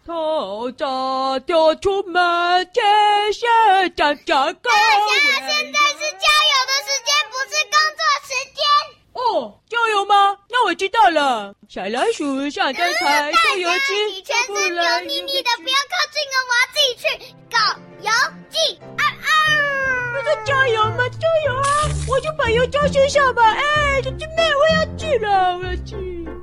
头炸掉出门，天线长长高。 现在是郊游的时间，不是工作时间。 哦，郊游吗？那我知道了。小老鼠上灯台，做油漆。 你全身油腻腻的，不要靠近了，我要自己去搞油记。 不是郊游吗？郊游啊！我就把油浇身上吧。哎，姐妹，我要去了，我要去。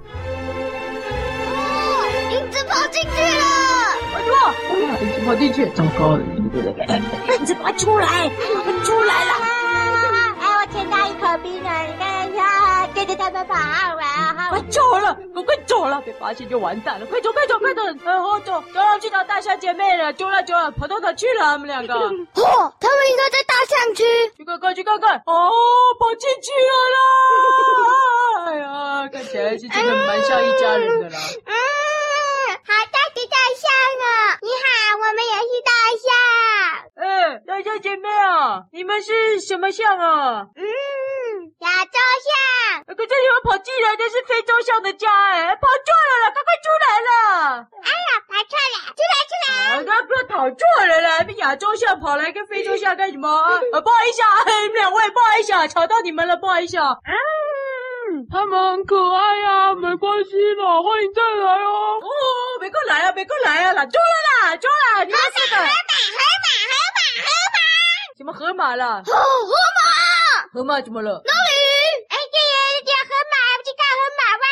影子跑进去了！ 影子跑进去，糟糕了！ 影子快出来！出来了！ 我舔到一口冰了，你看看，跟着他们跑啊！ 快走了，快走了，被发现就完蛋了！快走！好走，去找大象姐妹了。走了，跑到哪去了？他们两个？ 他们应该在大象区。 去看看。哦，跑进去了啦！哎呀，看起来是真的蛮像一家人的啦。 好大的大象哦！你好，我们也是大象。 大象姐妹啊，你们是什么象啊？ 亚洲象。 可是你们跑进来的是非洲象的家跑错了啦，快出来了！ 哎呀，跑错了，出来！ 那不要跑错了啦，被亚洲象跑来跟非洲象干什么啊？不好意思啊，你们两位，不好意思啊，吵到你们了，不好意思啊。他们很可爱呀，没关系啦，欢迎再来哦。别过来啊，走了，你们四个。什么河马啦？河马怎么了？ 哪里？对呀，河马，不去看河马吧？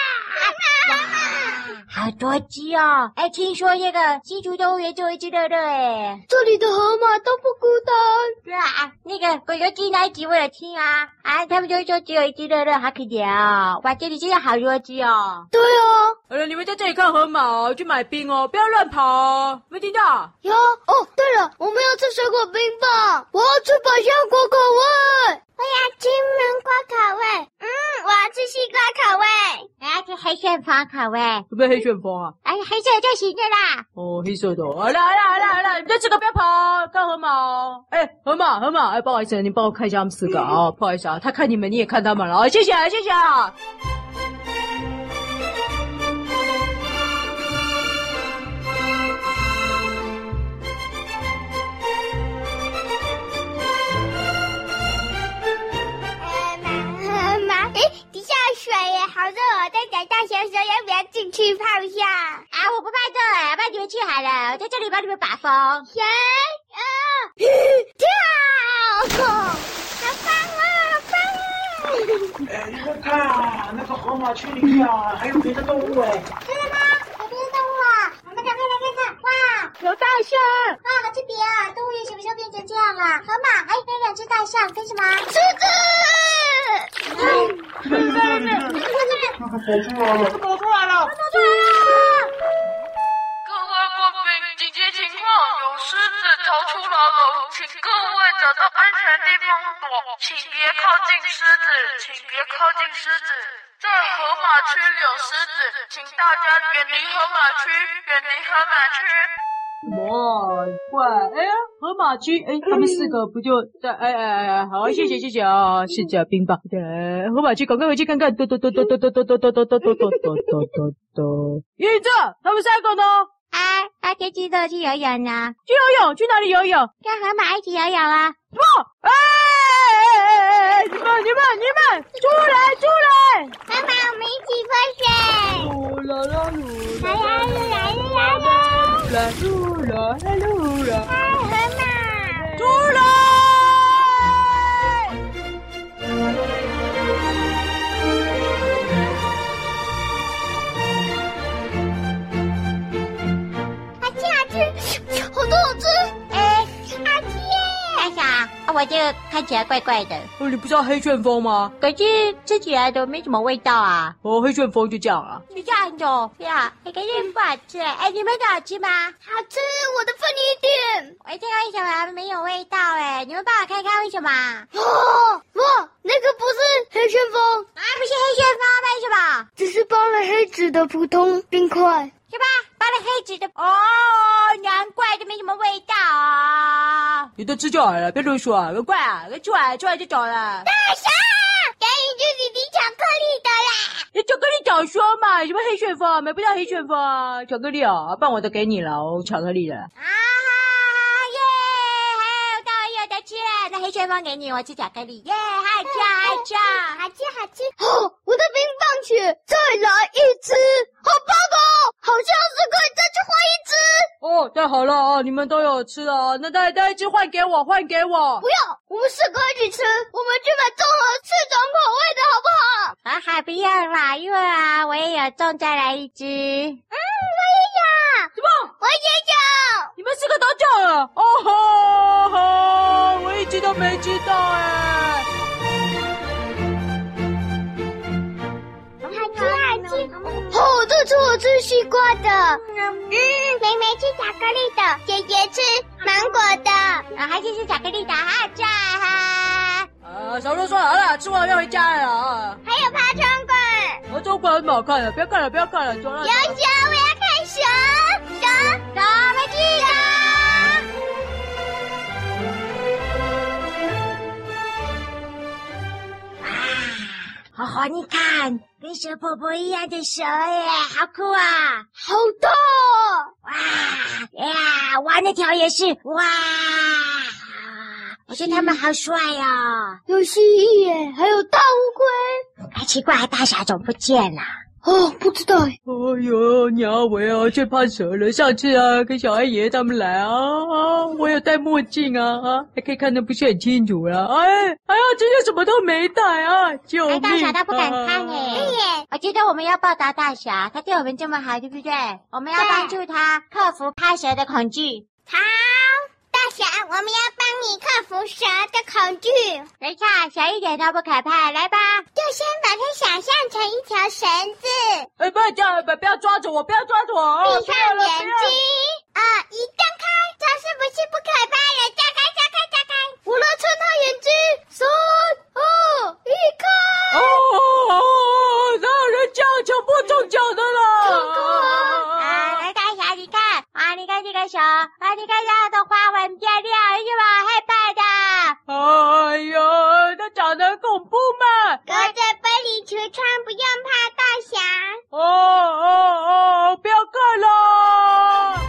好多鸡哦！听说那个新竹动物园就有一只乐乐这里的河马都不孤单。 对啊，那个狗狗进来一集我有听啊，他们就说只有一只乐乐，好可怜哦！哇，这里真的好多鸡哦。 对啊。 好了，你们在这里看河马哦，去买冰哦，不要乱跑哦，没听到？ 有哦，对了，我们要吃水果冰棒，我要吃百香果口味。我要吃南瓜口味，我要吃西瓜口味， 我要吃黑旋风口味。 会不会黑旋风啊？ 黑色就行了啦。 黑色的。好了，你们这个不要跑哦，看河马哦。河马，不好意思，你帮我看一下他们四个啊，不好意思啊，他看你们，你也看他们了，谢谢啊。 底下水耶，好热哦！在赶大象的时候，要不要进去泡一下？ 我不怕热，帮你们去好了，我在这里帮你们把风。 跳！好棒啊！ 你们看，那个河马群里面还有别的动物真的吗？有别的动物啊？我们赶快来看看！哇， 有大象！ 好特别啊！动物园什么时候变成这样了？河马，那两只大象跟什么？狮子！ 跑出来了！ 各位贵宾，紧急情况，有狮子逃出牢笼，请各位找到安全地方躲，请别靠近狮子，在河马区有狮子，请大家远离河马区。 怪，河马区，他们四个不就在，好，谢谢啊，是这冰棒，河马区，赶快回去看看，叶子，他们三个呢？ 这只都去游泳呢。 去游泳？去哪里游泳？ 跟河马一起游泳啊！ 你们，出来！ 河马，我们一起泼水！ 噜啦， 河马， 出来！ 好多好吃！阿七！ 大象，我这个看起来怪怪的。 你不知道黑旋风吗？ 可是吃起来都没什么味道啊。 黑旋风就这样啊。 就这样子，对啊，可是不好吃。你们的好吃吗？ 好吃，我的分你一点。 这个为什么没有味道？你们帮我看看为什么？ 哇，那个不是黑旋风不是黑旋风，为什么？ 只是包了黑纸的普通冰块。 是吧？包了黑纸的难怪就没什么味道啊！ 你都吃就好了，别啰嗦啊！快快出来就走了。 大象，赶紧去洗巧克力的啦！ 巧克力早说嘛，什么黑旋风买不到黑旋风啊？巧克力啊，不然我都给你了哦，巧克力了。 啊耶！还有的吃，那黑旋风给你，我吃巧克力耶！好吃好吃好吃好吃。哦，我的冰棒雪，再来一只，好棒哦！好像是可以再去换一只。 哦，太好了啊，你们都有吃啊，那再一只换给我，换给我。 不要，我们4个一起吃，我们去买综合4种口味的好不好？ 啊哈，不要啦，因为啊，我也有种，再来一只。 我也要。 什么？ 我也要。 你们4个都这样了？哦吼，我一直都没知道哎。 好吃。哦，这次我吃西瓜的。妹妹吃巧克力的，姐姐吃芒果的。 还是吃巧克力的，好吃哈。 少说说好了，吃完要回家了啊。 还有爬虫馆。 爬虫馆很好看的，不要看了，不要看了，走了。 有熊，我要看熊。 走，回去了。哇，吼吼，你看，跟蛇婆婆一样的蛇耶，好酷啊！ 好大哦！ 哇呀，哇，那条也是哇！我觉得他们好帅哦。 有蜥蜴耶，还有大乌龟。 哎，奇怪，大侠总不见了。 哦，不知道哎。 哎呦，你阿伟啊，最怕蛇了。上次啊，跟小爱爷爷他们来啊，我有戴墨镜啊，还可以看得不是很清楚了。哎呀，真的什么都没带啊！救命！ 大侠他不敢看哎。我觉得我们要报答大侠，他对我们这么好，对不对？我们要帮助他克服怕蛇的恐惧。 好，大侠，我们要帮你克服蛇的恐惧。 没错，蛇一点都不可怕，来吧。 就先把它想象成一条绳子。 哎，不要这样，不要抓着我，不要抓着我！ 闭上眼睛，一瞪开，这是不是不可怕了？张开，张开，张开！我来撑他眼睛，3、2、1，开！ 哪有人这样强迫中奖的啦？ 来大侠，你看啊，你看这个手啊，你看它的花纹漂亮，是吧？害怕的。 哎呦，它长得很恐怖嘛！ 隔着玻璃橱窗，不用怕大侠。 不要看了！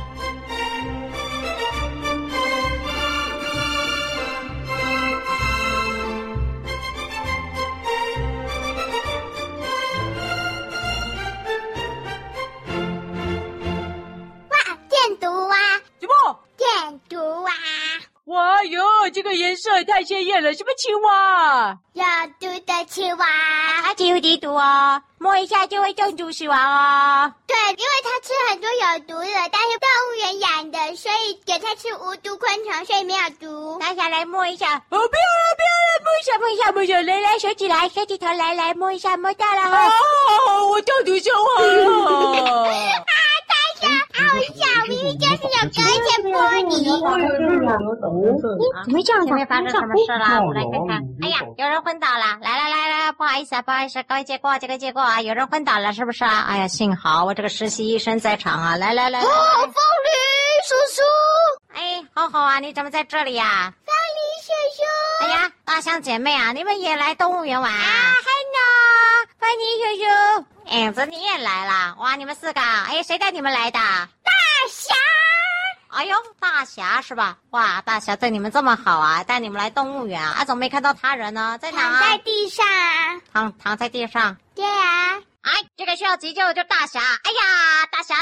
哇，电毒蛙！ 什么？ 电毒蛙！ 哇哟，这个颜色也太鲜艳了，什么青蛙？ 有毒的青蛙。 它有敌毒哦，摸一下就会中毒死亡哦。 对，因为它吃很多有毒的，但是动物园养的，所以给它吃无毒昆虫，所以没有毒。 大侠来摸一下。 不要了， 摸一下，来，手指头来摸一下，摸到了哈。 我中毒生化了。 大侠，好小，明明就是有隔一层玻璃。 怎么这样？前面发生什么事了？我来看看。哎呀，有人昏倒了！来，不好意思，各位借过啊！有人昏倒了，是不是啊？哎呀，幸好我这个实习医生在场啊！来。 凤梨叔叔。 哎，吼啊，你怎么在这里呀？ 凤梨叔叔。 哎呀，大象姐妹啊，你们也来动物园玩啊？Hello，凤梨叔叔。影子你也来了？哇，你们4个，哎，谁带你们来的？ 大侠。 哎呦，大侠是吧？哇，大侠对你们这么好啊，带你们来动物园啊？怎么没看到他人呢？在哪？ 躺在地上啊。 躺在地上。 对啊。 哎，这个需要急救的就是大侠。哎呀，大侠！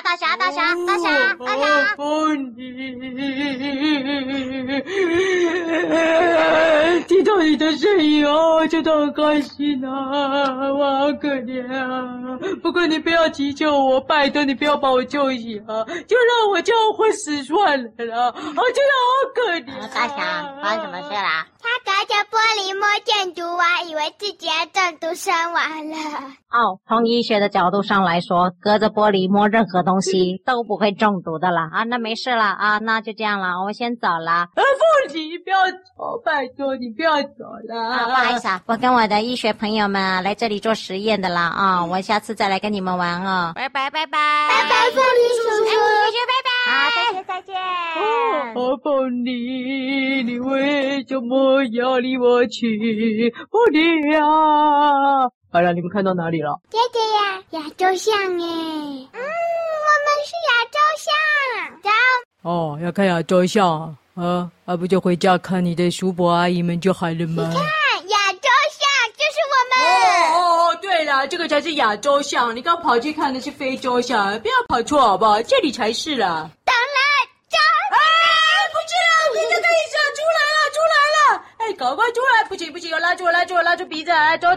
听到你的声音哦，真的很开心啊，我好可怜啊！不过你不要急救我，拜托你不要把我救醒啊，就让我这样会死算了啦！真的好可怜。 大侠，发生什么事啦？ 他隔着玻璃摸电毒蛙，以为自己要中毒身亡了。 从医学的角度上来说，隔着玻璃摸任何东西都不会中毒的啦。那没事了啊，那就这样了，我先走了。 凤梨，不要走，拜托你不要走了。 不好意思啊，我跟我的医学朋友们来这里做实验的啦啊，我下次再来跟你们玩哦。拜拜， 拜拜，凤梨叔叔， 拜拜。好，再见。 凤梨，你为什么要离我去？凤梨啊！ 好了，你们看到哪里了？ 姐姐呀，亚洲象耶！我们是亚洲象。走。 哦，要看亚洲象啊？不就回家看你的叔伯阿姨们就好了吗？ 你看，亚洲象就是我们。 哦，对了，这个才是亚洲象，你刚跑去看的是非洲象，不要跑错好不好？这里才是啦。 当然，走。 不是啊，你这个意思出来了！哎，赶快出来！不行，要拉住鼻子，走。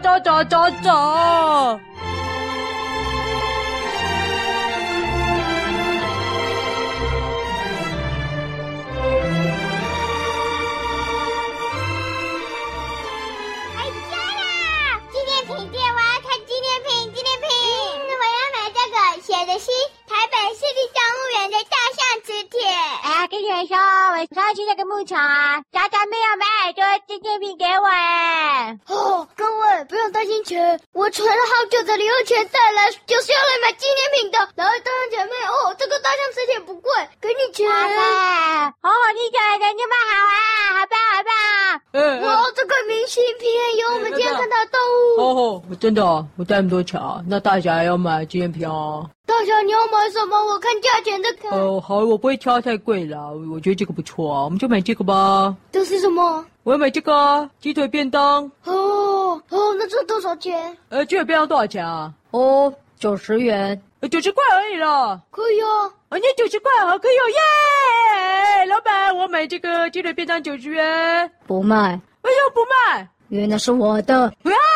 纪念品店，我要看纪念品。我要买这个写的是台北市立动物园的大象磁铁。 哎呀，跟你们说，我上去那个牧场啊，常常没有买很多纪念品给我哎。 各位不用担心钱，我存了好久的零用钱带来，就是要来买纪念品的。来，大象姐妹，这个大象磁铁不贵，给你钱。 你讲的那么好啊，好棒。 哇，这个明信片有我们今天看到的动物。 真的我带那么多钱啊？那大侠要买纪念品哦。 大侠你要买什么？我看价钱再看。 好，我不会挑太贵啦，我觉得这个不错啊，我们就买这个吧。 这是什么？ 我要买这个鸡腿便当。 那这多少钱？ 鸡腿便当多少钱啊 ？90元。 90块而已了。 可以啊。 你90块可以耶！老板，我买这个鸡腿便当90元。 不卖。 为什么不卖？ 因为那是我的。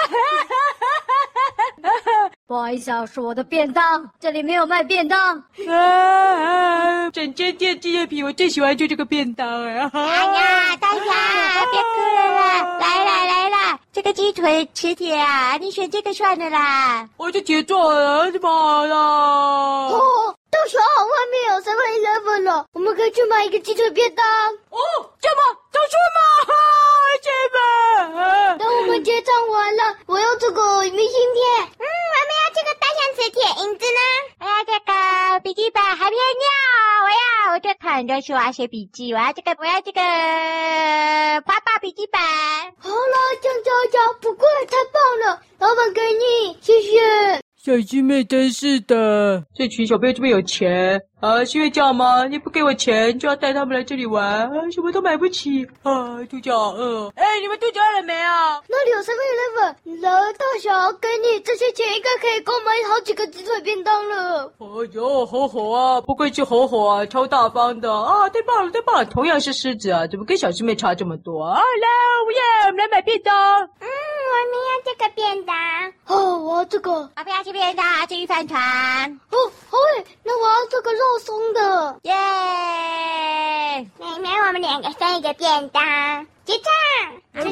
不好意思啊，是我的便当，这里没有卖便当。 整间店纪念品我最喜欢就这个便当哎呀， 大侠别哭了啦，来啦，这个鸡腿磁铁啊，你选这个算了啦。 我就铁做了，怎么好了？ 大侠，外面有 7-Eleven 了，我们可以去买一个鸡腿便当。 这么走出吗？这么？ 等我们结账完了，我要这个明信片。我们要这个大象磁铁，影子呢？ 我要这个笔记本，还没有，我就看着书啊写笔记，我要这个爸爸笔记本。 好了，江小小，不贵，太棒了，老板给你，谢谢。 小师妹真是的，这群小朋友这么有钱啊，是因为这样吗？你不给我钱就要带他们来这里玩什么都买不起啊，肚子好饿。你们肚子饿了没啊？ 那里有 7-Eleven， 来，大侠，给你这些钱，应该可以购买好几个鸡腿便当了。 好好啊，不愧是好好啊，超大方的啊，太棒了！同样是狮子啊，怎么跟小师妹差这么多啊？来，我们来买便当。 我们要这个便当。我要这个。 我不要吃便当，吃鱼饭团。 好诶，那我要这个肉松的。 耶！ 妹妹，我们2个分一个便当，结账。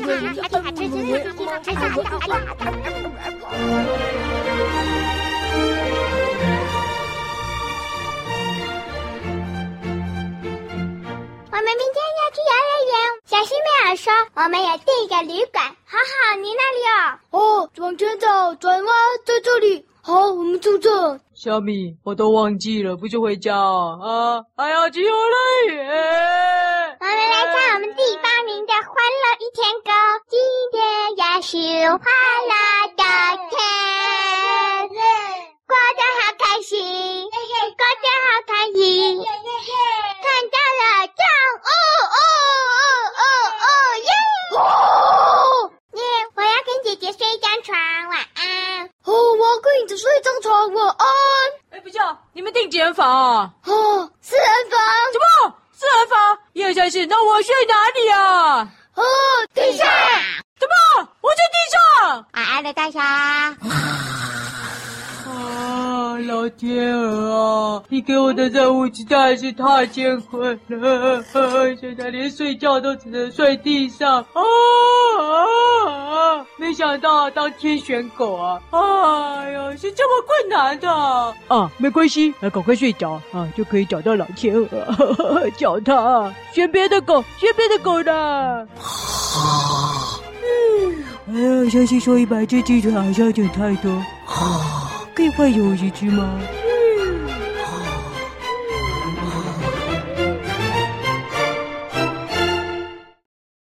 我们明天要去幼儿园，小西妹儿说我们有订一个旅馆，好，你那里有？往前走，转弯，在这里。好，我们住这。 小米，我都忘记了，不是回家啊？去幼儿园。 我们来唱我们自己发明的《欢乐一天歌》，今天也是欢乐的天，过得好开心，过得好开心，看到了张耶！我要跟姐姐睡一张床，晚安。我要跟你姐睡一张床，晚安。 不是啊，你们订几人房啊 ？4人房。 什么？4人房？1、2、3、4，那我睡哪里啊？ 地上。 怎么？我在地上？ 晚安的大侠。 老天鹅啊，你给我的任务实在是太艰困了，现在连睡觉都只能睡地上没想到当天选狗是这么困难的没关系，赶快睡着就可以找到老天鹅叫他选别的狗了。相信说100只鸡腿好像有点太多可以换有1只吗？